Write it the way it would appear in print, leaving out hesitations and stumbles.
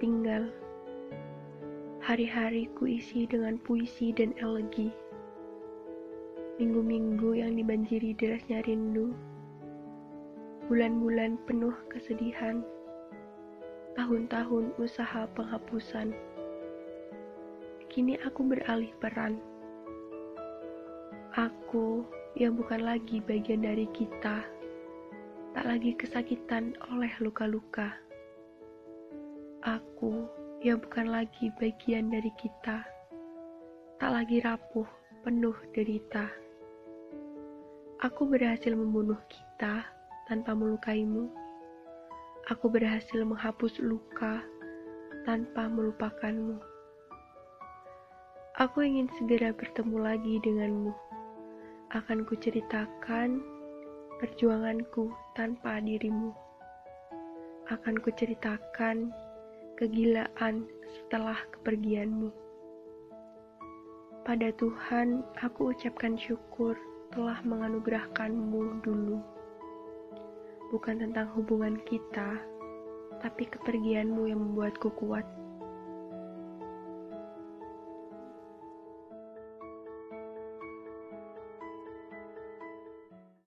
tertinggal. Hari-hari ku isi dengan puisi dan elegi. Minggu-minggu yang dibanjiri derasnya rindu. Bulan-bulan penuh kesedihan. Tahun-tahun usaha penghapusan. Kini aku beralih peran. Aku yang bukan lagi bagian dari kita, tak lagi kesakitan oleh luka-luka. Aku yang bukan lagi bagian dari kita, tak lagi rapuh, penuh derita. Aku berhasil membunuh kita tanpa melukaimu. Aku berhasil menghapus luka tanpa melupakanmu. Aku ingin segera bertemu lagi denganmu. Akan kuceritakan perjuanganku tanpa dirimu. Akan kuceritakan kegilaan setelah kepergianmu. Pada Tuhan, aku ucapkan syukur telah menganugerahkanmu dulu. Bukan tentang hubungan kita, tapi kepergianmu yang membuatku kuat.